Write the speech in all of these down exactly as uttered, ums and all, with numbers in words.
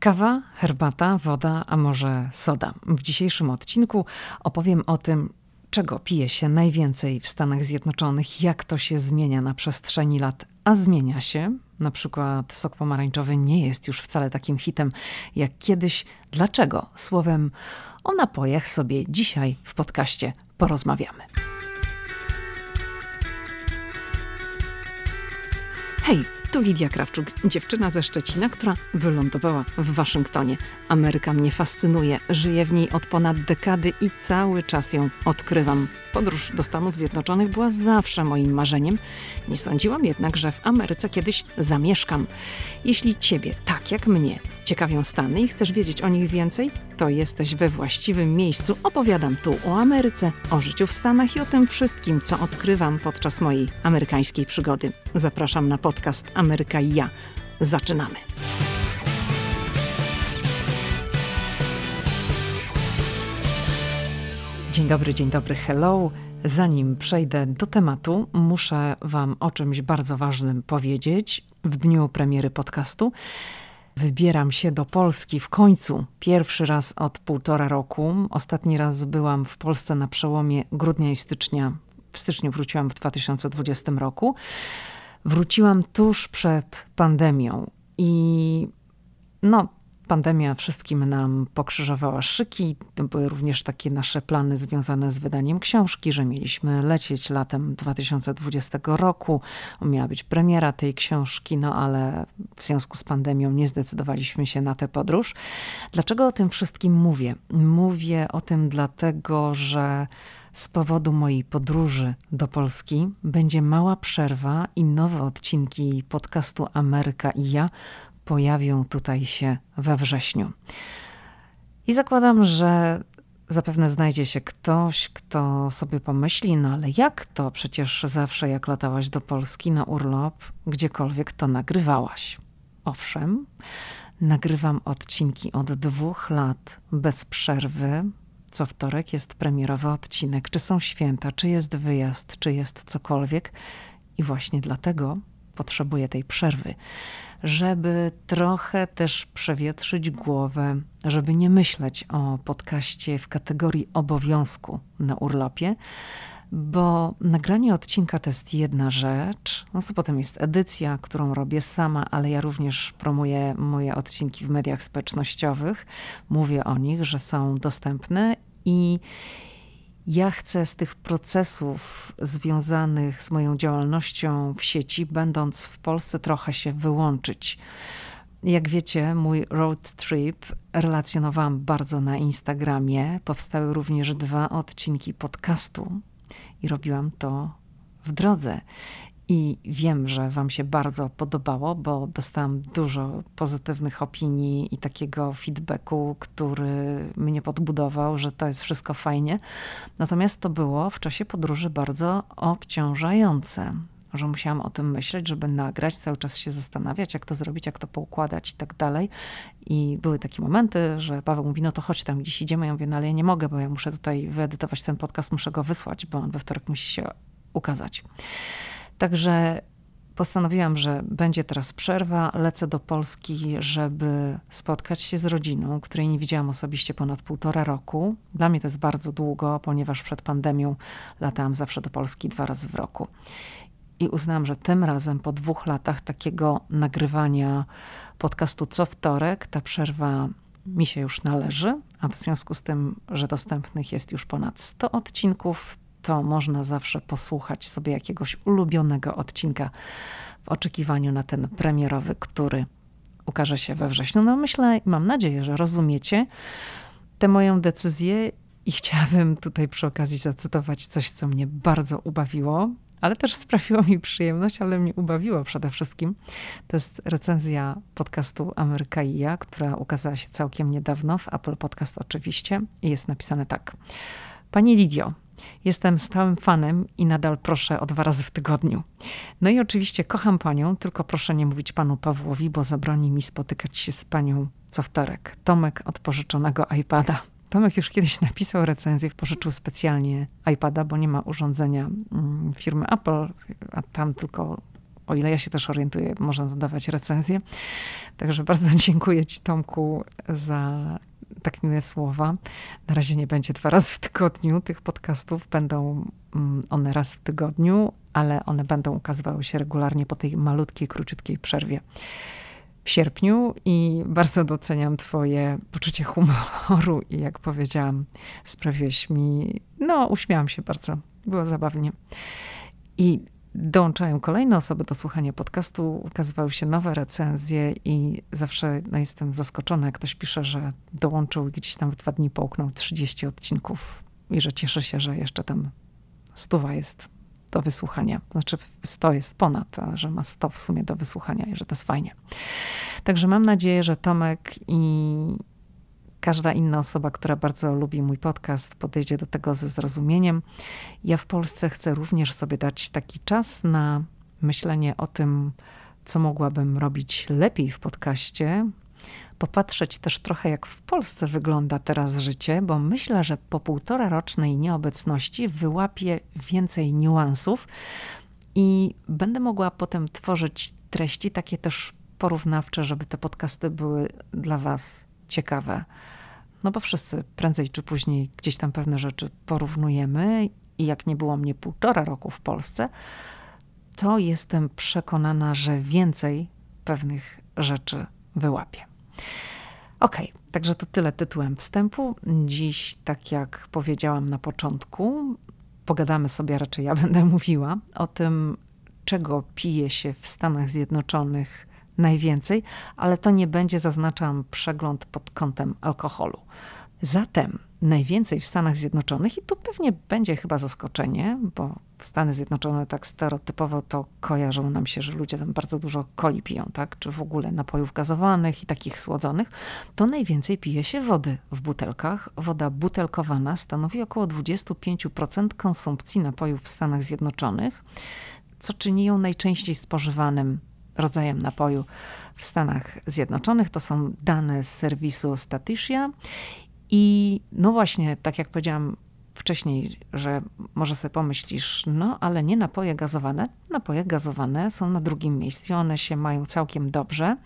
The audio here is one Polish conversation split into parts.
Kawa, herbata, woda, a może soda. W dzisiejszym odcinku opowiem o tym, czego pije się najwięcej w Stanach Zjednoczonych, jak to się zmienia na przestrzeni lat, a zmienia się. Na przykład sok pomarańczowy nie jest już wcale takim hitem jak kiedyś. Dlaczego? Słowem, o napojach sobie dzisiaj w podcaście porozmawiamy. Hej, tu Lidia Krawczuk, dziewczyna ze Szczecina, która wylądowała w Waszyngtonie. Ameryka mnie fascynuje, żyję w niej od ponad dekady i cały czas ją odkrywam. Podróż do Stanów Zjednoczonych była zawsze moim marzeniem. Nie sądziłam jednak, że w Ameryce kiedyś zamieszkam. Jeśli Ciebie, tak jak mnie, ciekawią Stany i chcesz wiedzieć o nich więcej, to jesteś we właściwym miejscu. Opowiadam tu o Ameryce, o życiu w Stanach i o tym wszystkim, co odkrywam podczas mojej amerykańskiej przygody. Zapraszam na podcast Ameryka i ja. Zaczynamy! Dzień dobry, dzień dobry, hello. Zanim przejdę do tematu, muszę Wam o czymś bardzo ważnym powiedzieć. W dniu premiery podcastu wybieram się do Polski w końcu. Pierwszy raz od półtora roku. Ostatni raz byłam w Polsce na przełomie grudnia i stycznia. W styczniu wróciłam w dwa tysiące dwudziestym roku. Wróciłam tuż przed pandemią i no... Pandemia wszystkim nam pokrzyżowała szyki. To były również takie nasze plany związane z wydaniem książki, że mieliśmy lecieć latem dwa tysiące dwudziestego roku. Miała być premiera tej książki, no ale w związku z pandemią nie zdecydowaliśmy się na tę podróż. Dlaczego o tym wszystkim mówię? Mówię o tym dlatego, że z powodu mojej podróży do Polski będzie mała przerwa i nowe odcinki podcastu Ameryka i ja pojawią tutaj się we wrześniu. I zakładam, że zapewne znajdzie się ktoś, kto sobie pomyśli, no ale jak to? Przecież zawsze jak latałaś do Polski na urlop, gdziekolwiek, to nagrywałaś. Owszem, nagrywam odcinki od dwóch lat bez przerwy. Co wtorek jest premierowy odcinek. Czy są święta, czy jest wyjazd, czy jest cokolwiek. I właśnie dlatego potrzebuję tej przerwy, żeby trochę też przewietrzyć głowę, żeby nie myśleć o podcaście w kategorii obowiązku na urlopie, bo nagranie odcinka to jest jedna rzecz, no to potem jest edycja, którą robię sama, ale ja również promuję moje odcinki w mediach społecznościowych, mówię o nich, że są dostępne i ja chcę z tych procesów związanych z moją działalnością w sieci, będąc w Polsce, trochę się wyłączyć. Jak wiecie, mój road trip relacjonowałam bardzo na Instagramie. Powstały również dwa odcinki podcastu i robiłam to w drodze. I wiem, że Wam się bardzo podobało, bo dostałam dużo pozytywnych opinii i takiego feedbacku, który mnie podbudował, że to jest wszystko fajnie. Natomiast to było w czasie podróży bardzo obciążające, że musiałam o tym myśleć, żeby nagrać, cały czas się zastanawiać, jak to zrobić, jak to poukładać i tak dalej. I były takie momenty, że Paweł mówi, no to chodź tam, gdzieś idziemy. Ja mówię, no ale ja nie mogę, bo ja muszę tutaj wyedytować ten podcast, muszę go wysłać, bo on we wtorek musi się ukazać. Także postanowiłam, że będzie teraz przerwa, lecę do Polski, żeby spotkać się z rodziną, której nie widziałam osobiście ponad półtora roku. Dla mnie to jest bardzo długo, ponieważ przed pandemią latałam zawsze do Polski dwa razy w roku. I uznałam, że tym razem po dwóch latach takiego nagrywania podcastu co wtorek, ta przerwa mi się już należy, a w związku z tym, że dostępnych jest już ponad sto odcinków, to można zawsze posłuchać sobie jakiegoś ulubionego odcinka w oczekiwaniu na ten premierowy, który ukaże się we wrześniu. No myślę, mam nadzieję, że rozumiecie tę moją decyzję i chciałabym tutaj przy okazji zacytować coś, co mnie bardzo ubawiło, ale też sprawiło mi przyjemność, ale mnie ubawiło przede wszystkim. To jest recenzja podcastu Ameryka i ja, która ukazała się całkiem niedawno w Apple Podcast oczywiście i jest napisane tak. Pani Lidio, jestem stałym fanem i nadal proszę o dwa razy w tygodniu. No i oczywiście kocham panią, tylko proszę nie mówić panu Pawłowi, bo zabroni mi spotykać się z panią co wtorek. Tomek od pożyczonego iPada. Tomek już kiedyś napisał recenzję, pożyczył specjalnie iPada, bo nie ma urządzenia firmy Apple, a tam tylko o ile ja się też orientuję, można dodawać recenzje. Także bardzo dziękuję ci, Tomku, za tak miłe słowa. Na razie nie będzie dwa razy w tygodniu tych podcastów. Będą one raz w tygodniu, ale one będą ukazywały się regularnie po tej malutkiej, króciutkiej przerwie w sierpniu i bardzo doceniam twoje poczucie humoru i jak powiedziałam, sprawiłeś mi, no uśmiałam się bardzo, było zabawnie. I dołączają kolejne osoby do słuchania podcastu, ukazywały się nowe recenzje i zawsze no, jestem zaskoczona, jak ktoś pisze, że dołączył i gdzieś tam w dwa dni połknął trzydzieści odcinków i że cieszy się, że jeszcze tam stuwa jest do wysłuchania. Znaczy sto jest ponad, a że ma sto w sumie do wysłuchania i że to jest fajnie. Także mam nadzieję, że Tomek i każda inna osoba, która bardzo lubi mój podcast, podejdzie do tego ze zrozumieniem. Ja w Polsce chcę również sobie dać taki czas na myślenie o tym, co mogłabym robić lepiej w podcaście. Popatrzeć też trochę, jak w Polsce wygląda teraz życie, bo myślę, że po półtora rocznej nieobecności wyłapię więcej niuansów i będę mogła potem tworzyć treści takie też porównawcze, żeby te podcasty były dla was ciekawe. No bo wszyscy prędzej czy później gdzieś tam pewne rzeczy porównujemy i jak nie było mnie półtora roku w Polsce, to jestem przekonana, że więcej pewnych rzeczy wyłapię. Okej, okay, także to tyle tytułem wstępu. Dziś, tak jak powiedziałam na początku, pogadamy sobie, raczej ja będę mówiła, o tym, czego pije się w Stanach Zjednoczonych najwięcej, ale to nie będzie, zaznaczam, przegląd pod kątem alkoholu. Zatem najwięcej w Stanach Zjednoczonych, i to pewnie będzie chyba zaskoczenie, bo Stany Zjednoczone tak stereotypowo to kojarzą nam się, że ludzie tam bardzo dużo coli piją, tak? Czy w ogóle napojów gazowanych i takich słodzonych, to najwięcej pije się wody w butelkach. Woda butelkowana stanowi około dwadzieścia pięć procent konsumpcji napojów w Stanach Zjednoczonych, co czyni ją najczęściej spożywanym rodzajem napoju w Stanach Zjednoczonych. To są dane z serwisu Statista. I no właśnie, tak jak powiedziałam wcześniej, że może sobie pomyślisz, no ale nie napoje gazowane. Napoje gazowane są na drugim miejscu, one się mają całkiem dobrze,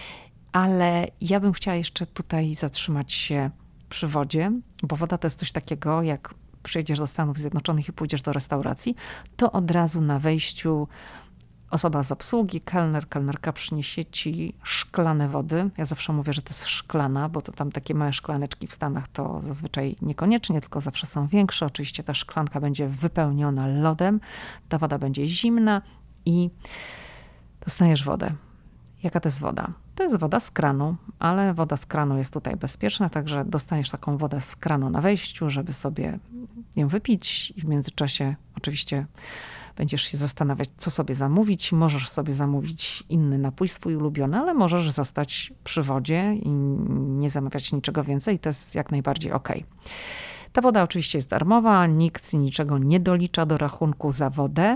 ale ja bym chciała jeszcze tutaj zatrzymać się przy wodzie, bo woda to jest coś takiego, jak przyjedziesz do Stanów Zjednoczonych i pójdziesz do restauracji, to od razu na wejściu osoba z obsługi, kelner, kelnerka przyniesie ci szklane wody. Ja zawsze mówię, że to jest szklana, bo to tam takie małe szklaneczki w Stanach to zazwyczaj niekoniecznie, tylko zawsze są większe. Oczywiście ta szklanka będzie wypełniona lodem, ta woda będzie zimna i dostajesz wodę. Jaka to jest woda? To jest woda z kranu, ale woda z kranu jest tutaj bezpieczna, także dostaniesz taką wodę z kranu na wejściu, żeby sobie ją wypić i w międzyczasie oczywiście będziesz się zastanawiać, co sobie zamówić. Możesz sobie zamówić inny napój, swój ulubiony, ale możesz zostać przy wodzie i nie zamawiać niczego więcej. To jest jak najbardziej okej. Ta woda oczywiście jest darmowa, nikt niczego nie dolicza do rachunku za wodę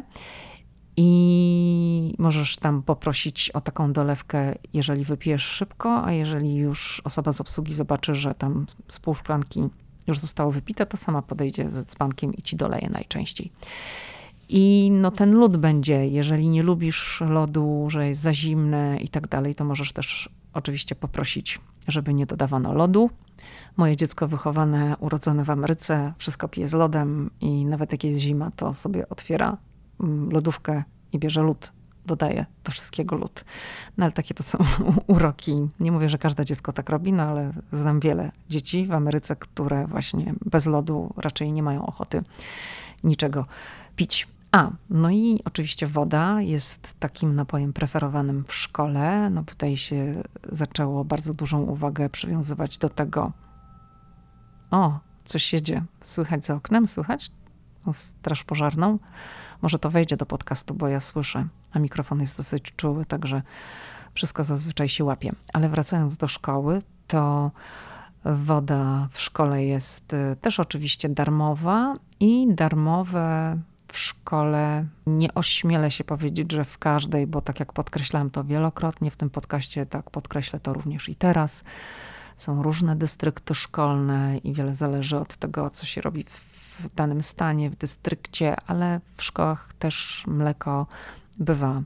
i możesz tam poprosić o taką dolewkę, jeżeli wypijesz szybko, a jeżeli już osoba z obsługi zobaczy, że tam z pół szklanki już zostało wypite, to sama podejdzie ze dzbankiem i ci doleje najczęściej. I no ten lód będzie, jeżeli nie lubisz lodu, że jest za zimne i tak dalej, to możesz też oczywiście poprosić, żeby nie dodawano lodu. Moje dziecko wychowane, urodzone w Ameryce, wszystko pije z lodem i nawet jak jest zima, to sobie otwiera lodówkę i bierze lód, dodaje do wszystkiego lód. No ale takie to są uroki. Nie mówię, że każde dziecko tak robi, no ale znam wiele dzieci w Ameryce, które właśnie bez lodu raczej nie mają ochoty niczego pić. A, no i oczywiście woda jest takim napojem preferowanym w szkole. No tutaj się zaczęło bardzo dużą uwagę przywiązywać do tego. O, coś jedzie. Słychać za oknem? Słychać? O, straż pożarną. Może to wejdzie do podcastu, bo ja słyszę, a mikrofon jest dosyć czuły, także wszystko zazwyczaj się łapie. Ale wracając do szkoły, to woda w szkole jest też oczywiście darmowa i darmowe w szkole, nie ośmielę się powiedzieć, że w każdej, bo tak jak podkreślałam to wielokrotnie w tym podcaście, tak podkreślę to również i teraz. Są różne dystrykty szkolne i wiele zależy od tego, co się robi w danym stanie, w dystrykcie, ale w szkołach też mleko bywa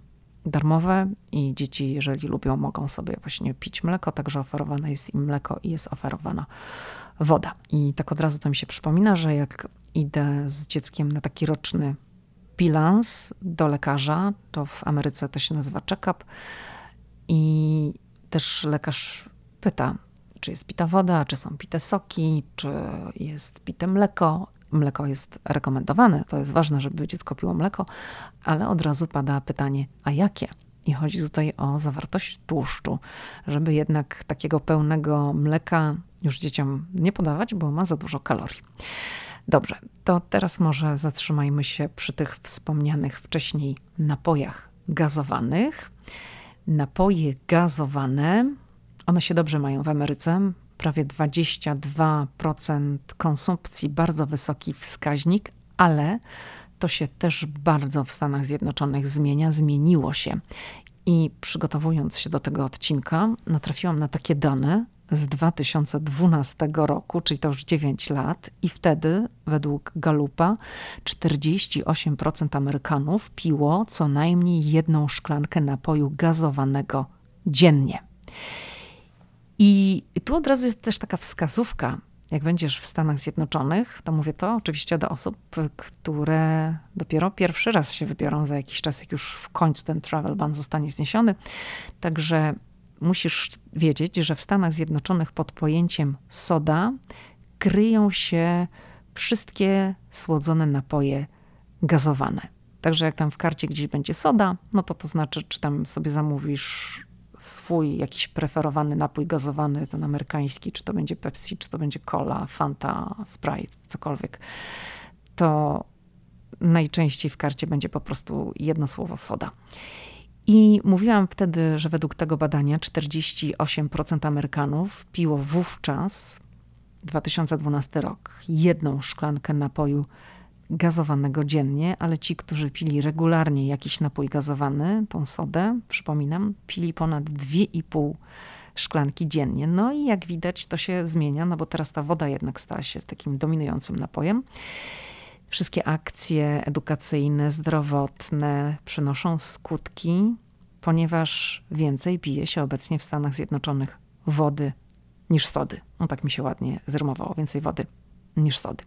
darmowe i dzieci, jeżeli lubią, mogą sobie właśnie pić mleko, także oferowane jest im mleko i jest oferowana woda. I tak od razu to mi się przypomina, że jak idę z dzieckiem na taki roczny bilans do lekarza, to w Ameryce to się nazywa check-up i też lekarz pyta, czy jest pita woda, czy są pite soki, czy jest pite mleko. Mleko jest rekomendowane, to jest ważne, żeby dziecko piło mleko, ale od razu pada pytanie, a jakie? I chodzi tutaj o zawartość tłuszczu, żeby jednak takiego pełnego mleka już dzieciom nie podawać, bo ma za dużo kalorii. Dobrze, to teraz może zatrzymajmy się przy tych wspomnianych wcześniej napojach gazowanych. Napoje gazowane, one się dobrze mają w Ameryce. Prawie dwadzieścia dwa procent konsumpcji, bardzo wysoki wskaźnik, ale to się też bardzo w Stanach Zjednoczonych zmienia, zmieniło się. I przygotowując się do tego odcinka, natrafiłam na takie dane z dwa tysiące dwunastego roku, czyli to już dziewięć lat i wtedy według Gallupa czterdzieści osiem procent Amerykanów piło co najmniej jedną szklankę napoju gazowanego dziennie. I tu od razu jest też taka wskazówka, jak będziesz w Stanach Zjednoczonych, to mówię to oczywiście do osób, które dopiero pierwszy raz się wybiorą za jakiś czas, jak już w końcu ten travel ban zostanie zniesiony. Także musisz wiedzieć, że w Stanach Zjednoczonych pod pojęciem soda kryją się wszystkie słodzone napoje gazowane. Także jak tam w karcie gdzieś będzie soda, no to to znaczy, czy tam sobie zamówisz swój jakiś preferowany napój gazowany, ten amerykański, czy to będzie Pepsi, czy to będzie Cola, Fanta, Sprite, cokolwiek, to najczęściej w karcie będzie po prostu jedno słowo soda. I mówiłam wtedy, że według tego badania czterdzieści osiem procent Amerykanów piło wówczas, dwa tysiące dwunasty rok, jedną szklankę napoju gazowanego dziennie, ale ci, którzy pili regularnie jakiś napój gazowany, tą sodę, przypominam, pili ponad dwie i pół szklanki dziennie. No i jak widać, to się zmienia, no bo teraz ta woda jednak stała się takim dominującym napojem. Wszystkie akcje edukacyjne, zdrowotne przynoszą skutki, ponieważ więcej pije się obecnie w Stanach Zjednoczonych wody niż sody. No tak mi się ładnie zrymowało, więcej wody niż sody.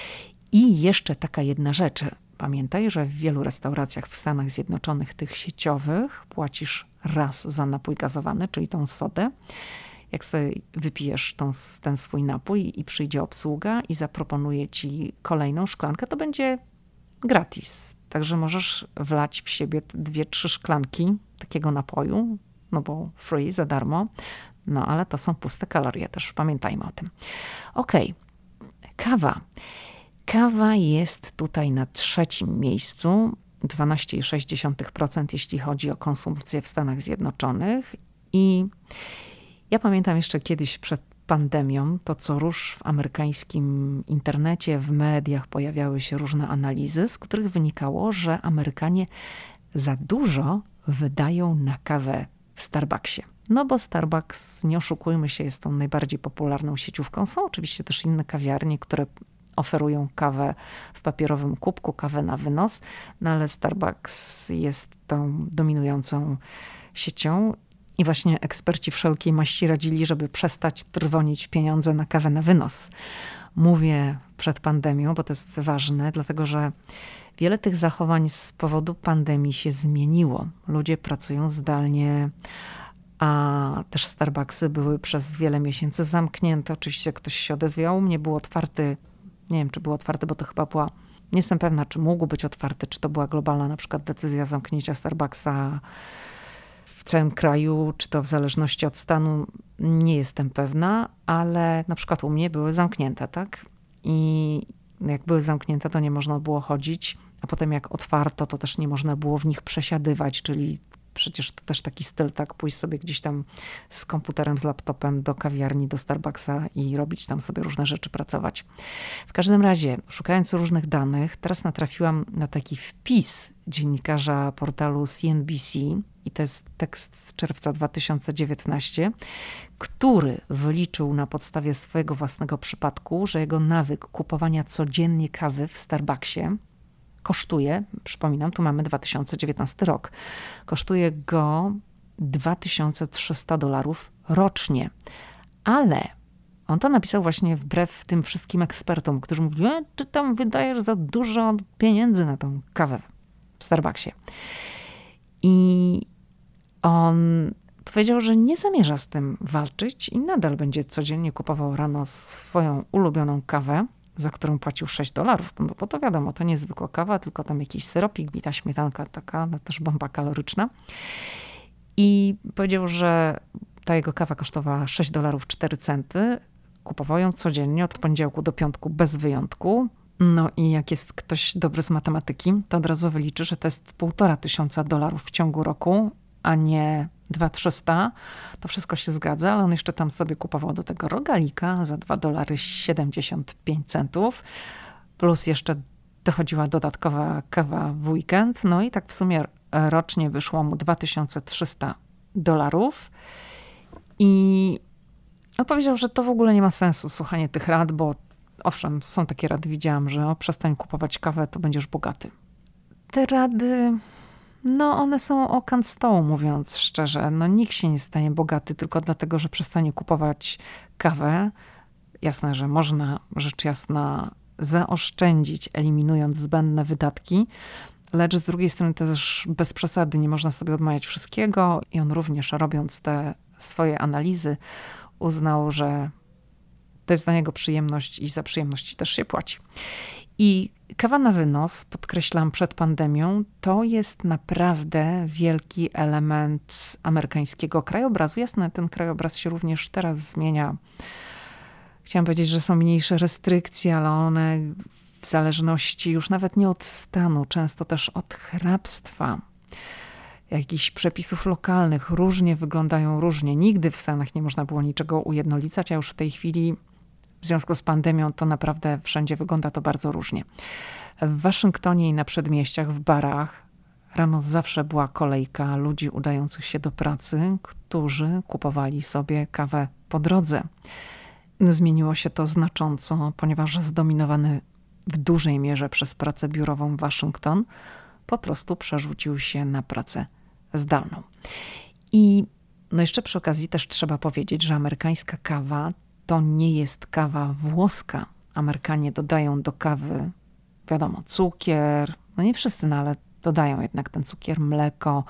I jeszcze taka jedna rzecz. Pamiętaj, że w wielu restauracjach w Stanach Zjednoczonych, tych sieciowych, płacisz raz za napój gazowany, czyli tą sodę. Jak sobie wypijesz tą, ten swój napój i przyjdzie obsługa i zaproponuje ci kolejną szklankę, to będzie gratis. Także możesz wlać w siebie dwie, trzy szklanki takiego napoju, no bo free, za darmo. No ale to są puste kalorie też, pamiętajmy o tym. Okej, kawa. Kawa jest tutaj na trzecim miejscu, dwanaście przecinek sześć procent jeśli chodzi o konsumpcję w Stanach Zjednoczonych. I ja pamiętam jeszcze kiedyś przed pandemią, to co róż w amerykańskim internecie, w mediach pojawiały się różne analizy, z których wynikało, że Amerykanie za dużo wydają na kawę w Starbucksie. No bo Starbucks, nie oszukujmy się, jest tą najbardziej popularną sieciówką. Są oczywiście też inne kawiarnie, które oferują kawę w papierowym kubku, kawę na wynos, no ale Starbucks jest tą dominującą siecią i właśnie eksperci wszelkiej maści radzili, żeby przestać trwonić pieniądze na kawę na wynos. Mówię przed pandemią, bo to jest ważne, dlatego że wiele tych zachowań z powodu pandemii się zmieniło. Ludzie pracują zdalnie, a też Starbucksy były przez wiele miesięcy zamknięte. Oczywiście ktoś się odezwał, u mnie był otwarty. Nie wiem, czy był otwarty, bo to chyba była, nie jestem pewna, czy mógł być otwarty, czy to była globalna na przykład decyzja zamknięcia Starbucksa w całym kraju, czy to w zależności od stanu, nie jestem pewna, ale na przykład u mnie były zamknięte, tak? I jak były zamknięte, to nie można było chodzić, a potem jak otwarto, to też nie można było w nich przesiadywać, czyli przecież to też taki styl, tak, pójść sobie gdzieś tam z komputerem, z laptopem do kawiarni, do Starbucksa i robić tam sobie różne rzeczy, pracować. W każdym razie, szukając różnych danych, teraz natrafiłam na taki wpis dziennikarza portalu C N B C i to jest tekst z czerwca dwa tysiące dziewiętnastego, który wyliczył na podstawie swojego własnego przypadku, że jego nawyk kupowania codziennie kawy w Starbucksie kosztuje, przypominam, tu mamy dwa tysiące dziewiętnasty rok, kosztuje go dwa tysiące trzysta dolarów rocznie. Ale on to napisał właśnie wbrew tym wszystkim ekspertom, którzy mówili, e, ty tam wydajesz za dużo pieniędzy na tą kawę w Starbucksie. I on powiedział, że nie zamierza z tym walczyć i nadal będzie codziennie kupował rano swoją ulubioną kawę, za którą płacił sześć dolarów. No bo to wiadomo, to nie zwykła kawa, tylko tam jakiś syropik, bita śmietanka, taka no też bomba kaloryczna. I powiedział, że ta jego kawa kosztowała sześć dolarów cztery centy. Kupował ją codziennie od poniedziałku do piątku bez wyjątku. No i jak jest ktoś dobry z matematyki, to od razu wyliczy, że to jest półtora tysiąca dolarów w ciągu roku, a nie dwa tysiące trzysta. To wszystko się zgadza, ale on jeszcze tam sobie kupował do tego rogalika za dwa dolary siedemdziesiąt pięć centów. Plus jeszcze dochodziła dodatkowa kawa w weekend. No i tak w sumie rocznie wyszło mu dwa tysiące trzysta dolarów. I on powiedział, że to w ogóle nie ma sensu słuchanie tych rad, bo owszem, są takie rady, widziałam, że o, przestań kupować kawę, to będziesz bogaty. Te rady, no one są o kant stołu, mówiąc szczerze. No nikt się nie stanie bogaty tylko dlatego, że przestanie kupować kawę. Jasne, że można rzecz jasna zaoszczędzić, eliminując zbędne wydatki, lecz z drugiej strony też bez przesady nie można sobie odmawiać wszystkiego i on również, robiąc te swoje analizy, uznał, że to jest dla niego przyjemność i za przyjemności też się płaci. I kawa na wynos, podkreślam przed pandemią, to jest naprawdę wielki element amerykańskiego krajobrazu. Jasne, ten krajobraz się również teraz zmienia. Chciałam powiedzieć, że są mniejsze restrykcje, ale one w zależności już nawet nie od stanu, często też od hrabstwa, jakichś przepisów lokalnych, różnie wyglądają różnie. Nigdy w Stanach nie można było niczego ujednolicać, a już w tej chwili w związku z pandemią to naprawdę wszędzie wygląda to bardzo różnie. W Waszyngtonie i na przedmieściach, w barach rano zawsze była kolejka ludzi udających się do pracy, którzy kupowali sobie kawę po drodze. Zmieniło się to znacząco, ponieważ zdominowany w dużej mierze przez pracę biurową Waszyngton po prostu przerzucił się na pracę zdalną. I no jeszcze przy okazji też trzeba powiedzieć, że amerykańska kawa to nie jest kawa włoska. Amerykanie dodają do kawy, wiadomo, cukier, no nie wszyscy, no ale dodają jednak ten cukier, mleko,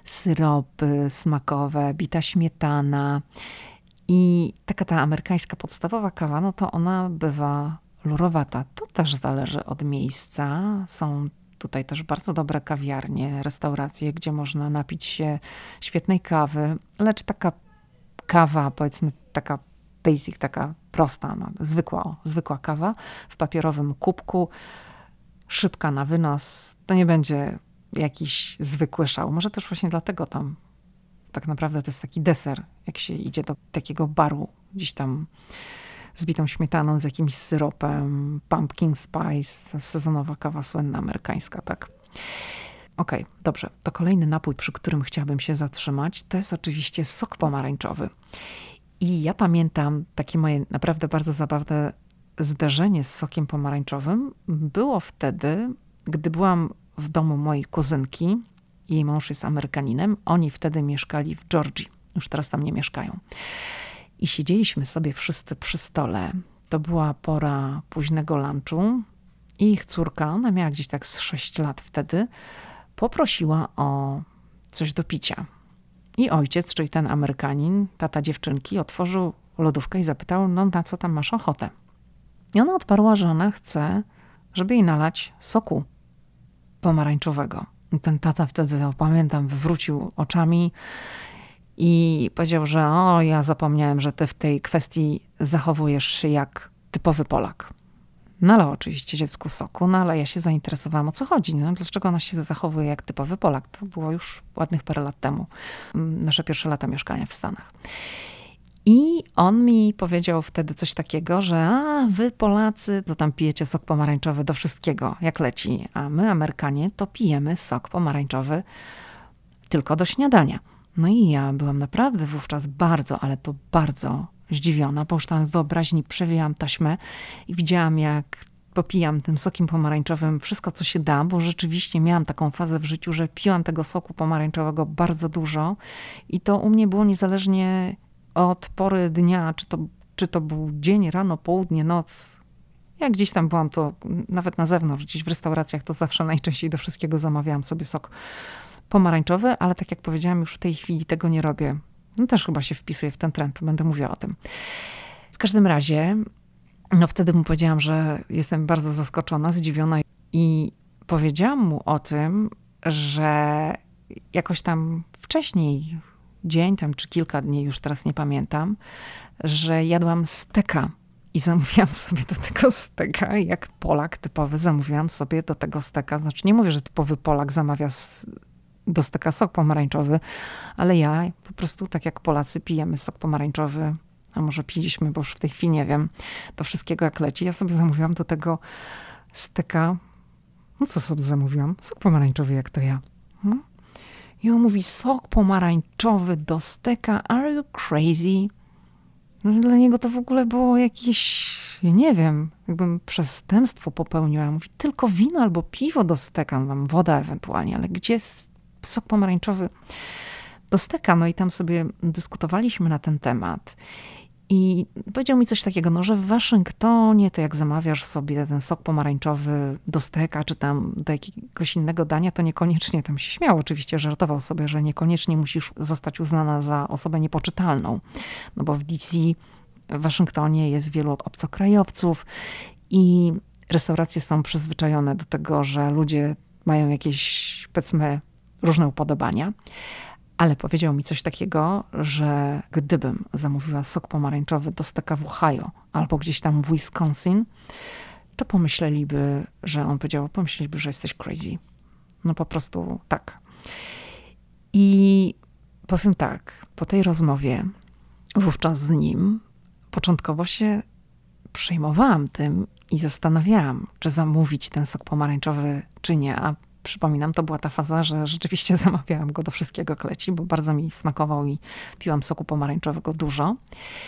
syropy smakowe, bita śmietana. I taka ta amerykańska podstawowa kawa, no to ona bywa lurowata. To też zależy od miejsca. Są tutaj też bardzo dobre kawiarnie, restauracje, gdzie można napić się świetnej kawy, lecz taka kawa, powiedzmy taka basic, taka prosta, no, zwykła, o, zwykła kawa w papierowym kubku, szybka na wynos, to nie będzie jakiś zwykły szał. Może też właśnie dlatego tam tak naprawdę to jest taki deser, jak się idzie do takiego baru gdzieś tam z bitą śmietaną, z jakimś syropem, pumpkin spice, sezonowa kawa słynna amerykańska, tak. Okej, okay, dobrze. To kolejny napój, przy którym chciałabym się zatrzymać, to jest oczywiście sok pomarańczowy. I ja pamiętam takie moje naprawdę bardzo zabawne zdarzenie z sokiem pomarańczowym. Było wtedy, gdy byłam w domu mojej kuzynki. Jej mąż jest Amerykaninem. Oni wtedy mieszkali w Georgii. Już teraz tam nie mieszkają. I siedzieliśmy sobie wszyscy przy stole. To była pora późnego lunchu. I ich córka, ona miała gdzieś tak z sześć lat wtedy, poprosiła o coś do picia. I ojciec, czyli ten Amerykanin, tata dziewczynki, otworzył lodówkę i zapytał, no na co tam masz ochotę? I ona odparła, że ona chce, żeby jej nalać soku pomarańczowego. I ten tata wtedy, pamiętam, wywrócił oczami i powiedział, że o, ja zapomniałem, że ty w tej kwestii zachowujesz się jak typowy Polak. Nalał oczywiście dziecku soku, no ale ja się zainteresowałam, o co chodzi. No, dlaczego ona się zachowuje jak typowy Polak? To było już ładnych parę lat temu. Nasze pierwsze lata mieszkania w Stanach. I on mi powiedział wtedy coś takiego, że a wy Polacy to tam pijecie sok pomarańczowy do wszystkiego, jak leci. A my Amerykanie to pijemy sok pomarańczowy tylko do śniadania. No i ja byłam naprawdę wówczas bardzo, ale to bardzo zdziwiona, bo już tam w wyobraźni przewijałam taśmę i widziałam, jak popijam tym sokiem pomarańczowym wszystko, co się da, bo rzeczywiście miałam taką fazę w życiu, że piłam tego soku pomarańczowego bardzo dużo i to u mnie było niezależnie od pory dnia, czy to, czy to był dzień, rano, południe, noc. Jak gdzieś tam byłam, to nawet na zewnątrz, gdzieś w restauracjach, to zawsze najczęściej do wszystkiego zamawiałam sobie sok pomarańczowy, ale tak jak powiedziałam, już w tej chwili tego nie robię. No też chyba się wpisuję w ten trend, będę mówiła o tym. W każdym razie, no wtedy mu powiedziałam, że jestem bardzo zaskoczona, zdziwiona i powiedziałam mu o tym, że jakoś tam wcześniej, dzień tam czy kilka dni, już teraz nie pamiętam, że jadłam steka i zamówiłam sobie do tego steka, jak Polak typowy zamówiłam sobie do tego steka. Znaczy nie mówię, że typowy Polak zamawia do steka sok pomarańczowy, ale ja po prostu tak jak Polacy pijemy sok pomarańczowy, a może piliśmy, bo już w tej chwili nie wiem, do wszystkiego jak leci. Ja sobie zamówiłam do tego steka, no co sobie zamówiłam? Sok pomarańczowy jak to ja. Hmm? I on mówi, sok pomarańczowy do steka, are you crazy? No, dla niego to w ogóle było jakieś, nie wiem, jakbym przestępstwo popełniła. Mówi, tylko wino albo piwo do steka, no, tam woda ewentualnie, ale gdzie sok pomarańczowy do steka? No i tam sobie dyskutowaliśmy na ten temat. I powiedział mi coś takiego, no, że w Waszyngtonie to jak zamawiasz sobie ten sok pomarańczowy do steka, czy tam do jakiegoś innego dania, to niekoniecznie, tam się śmiał oczywiście, żartował sobie, że niekoniecznie musisz zostać uznana za osobę niepoczytalną. No bo w D C, w Waszyngtonie jest wielu obcokrajowców i restauracje są przyzwyczajone do tego, że ludzie mają jakieś, powiedzmy, różne upodobania. Ale powiedział mi coś takiego, że gdybym zamówiła sok pomarańczowy do steka w Ohio albo gdzieś tam w Wisconsin, to pomyśleliby, że on powiedział, pomyśleliby, że jesteś crazy. No po prostu tak. I powiem tak, po tej rozmowie wówczas z nim początkowo się przejmowałam tym i zastanawiałam, czy zamówić ten sok pomarańczowy, czy nie. A przypominam, to była ta faza, że rzeczywiście zamawiałam go do wszystkiego jak leci, bo bardzo mi smakował i piłam soku pomarańczowego dużo.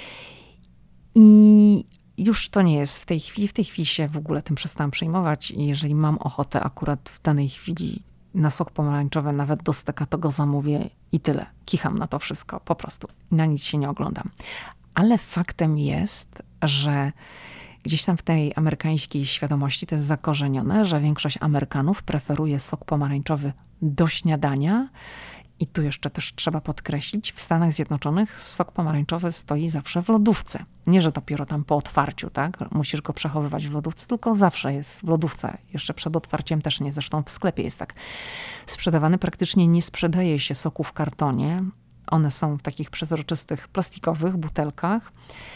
I już to nie jest w tej chwili. W tej chwili się w ogóle tym przestałam przejmować i jeżeli mam ochotę akurat w danej chwili na sok pomarańczowy, nawet do steka, to go zamówię i tyle. Kicham na to wszystko, po prostu. I na nic się nie oglądam. Ale faktem jest, że gdzieś tam w tej amerykańskiej świadomości to jest zakorzenione, że większość Amerykanów preferuje sok pomarańczowy do śniadania. I tu jeszcze też trzeba podkreślić, w Stanach Zjednoczonych sok pomarańczowy stoi zawsze w lodówce. Nie, że dopiero tam po otwarciu, tak? Musisz go przechowywać w lodówce, tylko zawsze jest w lodówce. Jeszcze przed otwarciem też nie, zresztą w sklepie jest tak sprzedawany. Praktycznie nie sprzedaje się soku w kartonie. One są w takich przezroczystych, plastikowych butelkach.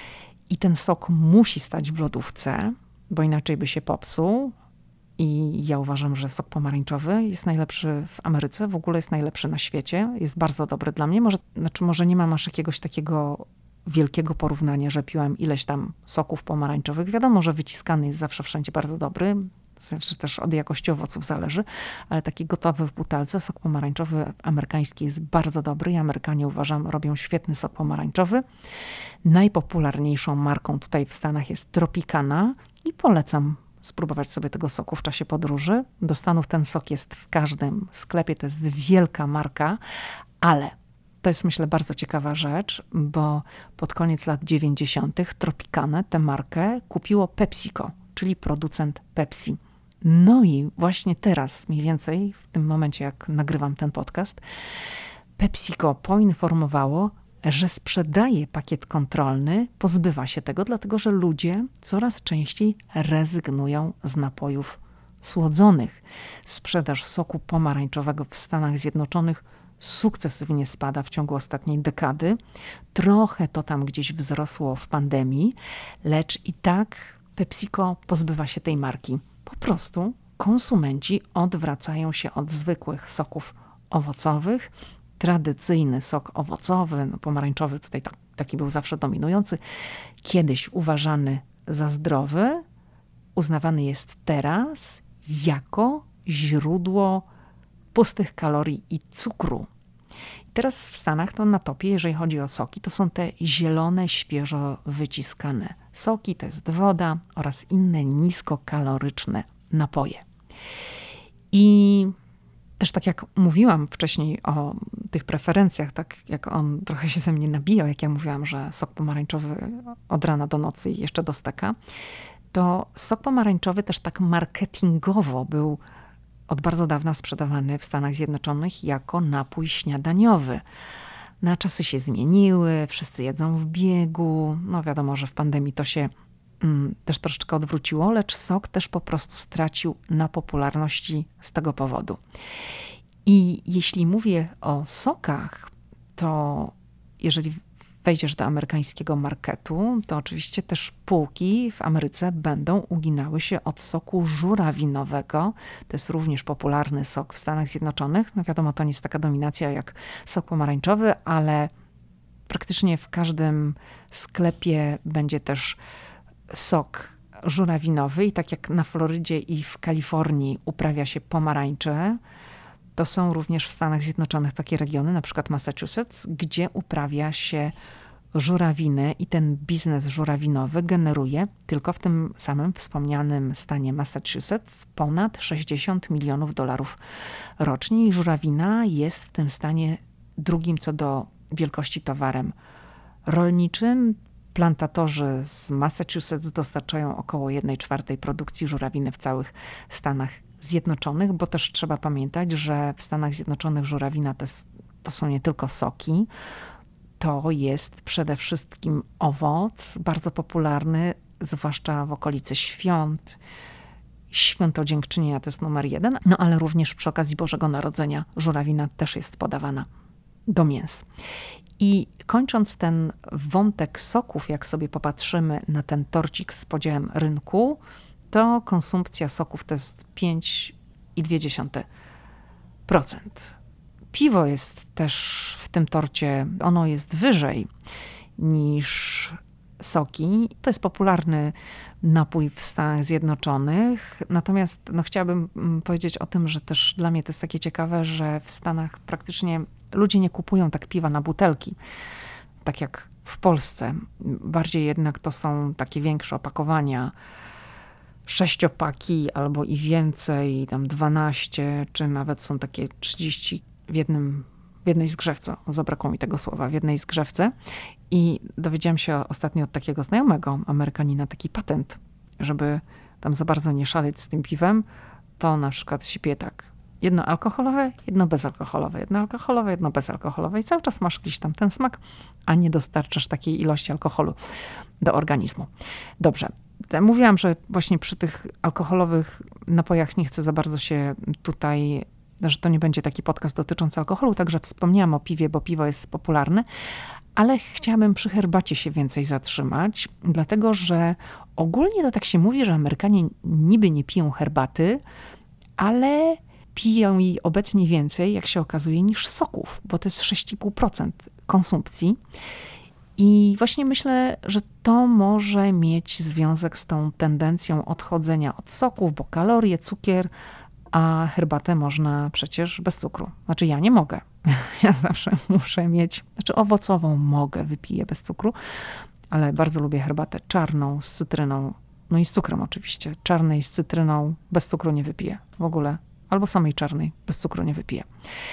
I ten sok musi stać w lodówce, bo inaczej by się popsuł. I ja uważam, że sok pomarańczowy jest najlepszy w Ameryce, w ogóle jest najlepszy na świecie. Jest bardzo dobry dla mnie. Może, znaczy może nie mam aż jakiegoś takiego wielkiego porównania, że piłam ileś tam soków pomarańczowych. Wiadomo, że wyciskany jest zawsze wszędzie bardzo dobry. Znaczy też od jakości owoców zależy, ale taki gotowy w butelce sok pomarańczowy amerykański jest bardzo dobry i Amerykanie, uważam, robią świetny sok pomarańczowy. Najpopularniejszą marką tutaj w Stanach jest Tropicana i polecam spróbować sobie tego soku w czasie podróży. Do Stanów ten sok jest w każdym sklepie, to jest wielka marka, ale to jest, myślę, bardzo ciekawa rzecz, bo pod koniec lat dziewięćdziesiątych Tropicanę, tę markę, kupiło PepsiCo, czyli producent Pepsi. No i właśnie teraz, mniej więcej w tym momencie, jak nagrywam ten podcast, PepsiCo poinformowało, że sprzedaje pakiet kontrolny, pozbywa się tego, dlatego że ludzie coraz częściej rezygnują z napojów słodzonych. Sprzedaż soku pomarańczowego w Stanach Zjednoczonych sukcesywnie spada w ciągu ostatniej dekady. Trochę to tam gdzieś wzrosło w pandemii, lecz i tak PepsiCo pozbywa się tej marki. Po prostu konsumenci odwracają się od zwykłych soków owocowych. Tradycyjny sok owocowy, no pomarańczowy tutaj tak, taki był zawsze dominujący, kiedyś uważany za zdrowy, uznawany jest teraz jako źródło pustych kalorii i cukru. Teraz w Stanach to na topie, jeżeli chodzi o soki, to są te zielone, świeżo wyciskane soki, to jest woda oraz inne niskokaloryczne napoje. I też tak jak mówiłam wcześniej o tych preferencjach, tak jak on trochę się ze mnie nabijał, jak ja mówiłam, że sok pomarańczowy od rana do nocy i jeszcze do steka, to sok pomarańczowy też tak marketingowo był od bardzo dawna sprzedawany w Stanach Zjednoczonych jako napój śniadaniowy. No, czasy się zmieniły, wszyscy jedzą w biegu. No wiadomo, że w pandemii to się mm, też troszeczkę odwróciło, lecz sok też po prostu stracił na popularności z tego powodu. I jeśli mówię o sokach, to jeżeli wejdziesz do amerykańskiego marketu, to oczywiście też półki w Ameryce będą uginały się od soku żurawinowego. To jest również popularny sok w Stanach Zjednoczonych. No wiadomo, to nie jest taka dominacja jak sok pomarańczowy, ale praktycznie w każdym sklepie będzie też sok żurawinowy. I tak jak na Florydzie i w Kalifornii uprawia się pomarańcze, to są również w Stanach Zjednoczonych takie regiony, na przykład Massachusetts, gdzie uprawia się żurawiny i ten biznes żurawinowy generuje tylko w tym samym wspomnianym stanie Massachusetts ponad sześćdziesiąt milionów dolarów rocznie. I żurawina jest w tym stanie drugim co do wielkości towarem rolniczym. Plantatorzy z Massachusetts dostarczają około jednej czwartej produkcji żurawiny w całych Stanach Zjednoczonych, bo też trzeba pamiętać, że w Stanach Zjednoczonych żurawina to, jest, to są nie tylko soki, to jest przede wszystkim owoc, bardzo popularny, zwłaszcza w okolicy świąt. Święto Dziękczynienia to jest numer jeden, no ale również przy okazji Bożego Narodzenia żurawina też jest podawana do mięs. I kończąc ten wątek soków, jak sobie popatrzymy na ten torcik z podziałem rynku, to konsumpcja soków to jest pięć i dwie dziesiąte procent. Piwo jest też w tym torcie, ono jest wyżej niż soki. To jest popularny napój w Stanach Zjednoczonych. Natomiast no, chciałabym powiedzieć o tym, że też dla mnie to jest takie ciekawe, że w Stanach praktycznie ludzie nie kupują tak piwa na butelki, tak jak w Polsce. Bardziej jednak to są takie większe opakowania, sześciopaki albo i więcej, tam dwanaście, czy nawet są takie trzydzieści w jednym, w jednej zgrzewce. Zabrakło mi tego słowa, w jednej zgrzewce. I dowiedziałam się ostatnio od takiego znajomego Amerykanina taki patent, żeby tam za bardzo nie szaleć z tym piwem, to na przykład się pije tak. Jedno alkoholowe, jedno bezalkoholowe, jedno alkoholowe, jedno bezalkoholowe i cały czas masz gdzieś tam ten smak, a nie dostarczasz takiej ilości alkoholu do organizmu. Dobrze. Mówiłam, że właśnie przy tych alkoholowych napojach nie chcę za bardzo się tutaj, że to nie będzie taki podcast dotyczący alkoholu, także wspomniałam o piwie, bo piwo jest popularne, ale chciałabym przy herbacie się więcej zatrzymać, dlatego że ogólnie to tak się mówi, że Amerykanie niby nie piją herbaty, ale piją jej obecnie więcej, jak się okazuje, niż soków, bo to jest sześć i pół procent konsumpcji. I właśnie myślę, że to może mieć związek z tą tendencją odchodzenia od soków, bo kalorie, cukier, a herbatę można przecież bez cukru. Znaczy ja nie mogę. Ja zawsze muszę mieć, znaczy owocową mogę, wypiję bez cukru, ale bardzo lubię herbatę czarną z cytryną, no i z cukrem oczywiście. Czarnej z cytryną bez cukru nie wypiję w ogóle. Albo samej czarnej bez cukru nie wypiję.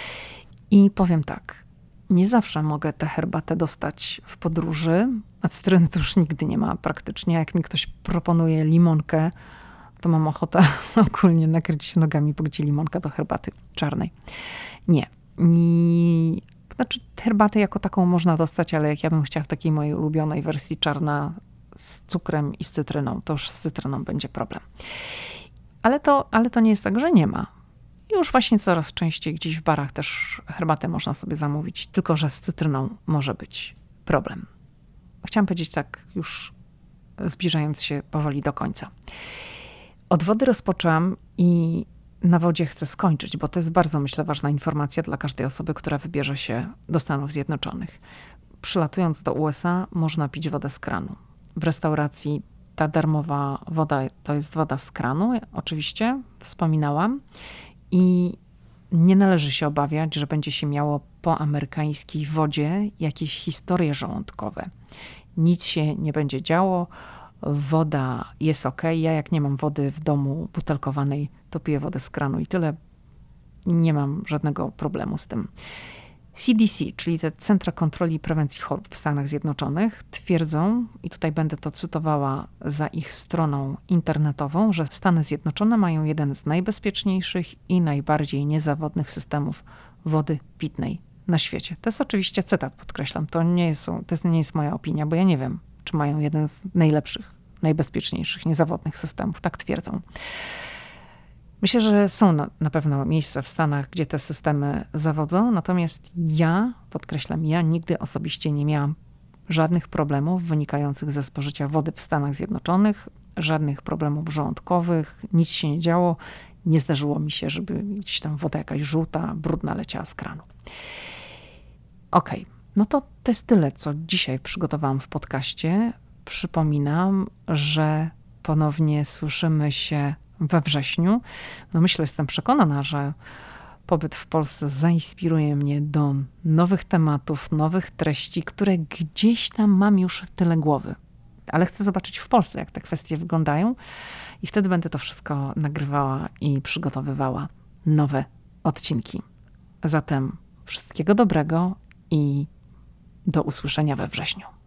I powiem tak, nie zawsze mogę tę herbatę dostać w podróży, a cytryny to już nigdy nie ma praktycznie. Jak mi ktoś proponuje limonkę, to mam ochotę ogólnie nakryć się nogami, bo gdzie limonka do herbaty czarnej. Nie. I, znaczy herbatę jako taką można dostać, ale jak ja bym chciała w takiej mojej ulubionej wersji czarna z cukrem i z cytryną, to już z cytryną będzie problem. Ale to, ale to nie jest tak, że nie ma. Już właśnie coraz częściej gdzieś w barach też herbatę można sobie zamówić, tylko że z cytryną może być problem. Chciałam powiedzieć tak już zbliżając się powoli do końca. Od wody rozpoczęłam i na wodzie chcę skończyć, bo to jest bardzo, myślę, ważna informacja dla każdej osoby, która wybierze się do Stanów Zjednoczonych. Przylatując do U S A można pić wodę z kranu. W restauracji ta darmowa woda to jest woda z kranu, oczywiście, wspominałam. I nie należy się obawiać, że będzie się miało po amerykańskiej wodzie jakieś historie żołądkowe. Nic się nie będzie działo, woda jest ok. Ja jak nie mam wody w domu butelkowanej, to piję wodę z kranu i tyle. Nie mam żadnego problemu z tym. C D C, czyli te Centra Kontroli i Prewencji Chorób w Stanach Zjednoczonych, twierdzą, i tutaj będę to cytowała za ich stroną internetową, że Stany Zjednoczone mają jeden z najbezpieczniejszych i najbardziej niezawodnych systemów wody pitnej na świecie. To jest oczywiście cytat, podkreślam, to nie jest, to jest, nie jest moja opinia, bo ja nie wiem, czy mają jeden z najlepszych, najbezpieczniejszych, niezawodnych systemów. Tak twierdzą. Myślę, że są na, na pewno miejsca w Stanach, gdzie te systemy zawodzą, natomiast ja, podkreślam, ja nigdy osobiście nie miałam żadnych problemów wynikających ze spożycia wody w Stanach Zjednoczonych, żadnych problemów żołądkowych, nic się nie działo. Nie zdarzyło mi się, żeby gdzieś tam woda jakaś żółta, brudna leciała z kranu. Okej, okay. No to to jest tyle, co dzisiaj przygotowałam w podcaście. Przypominam, że ponownie słyszymy się we wrześniu. No myślę, jestem przekonana, że pobyt w Polsce zainspiruje mnie do nowych tematów, nowych treści, które gdzieś tam mam już w tyle głowy. Ale chcę zobaczyć w Polsce, jak te kwestie wyglądają i wtedy będę to wszystko nagrywała i przygotowywała nowe odcinki. Zatem wszystkiego dobrego i do usłyszenia we wrześniu.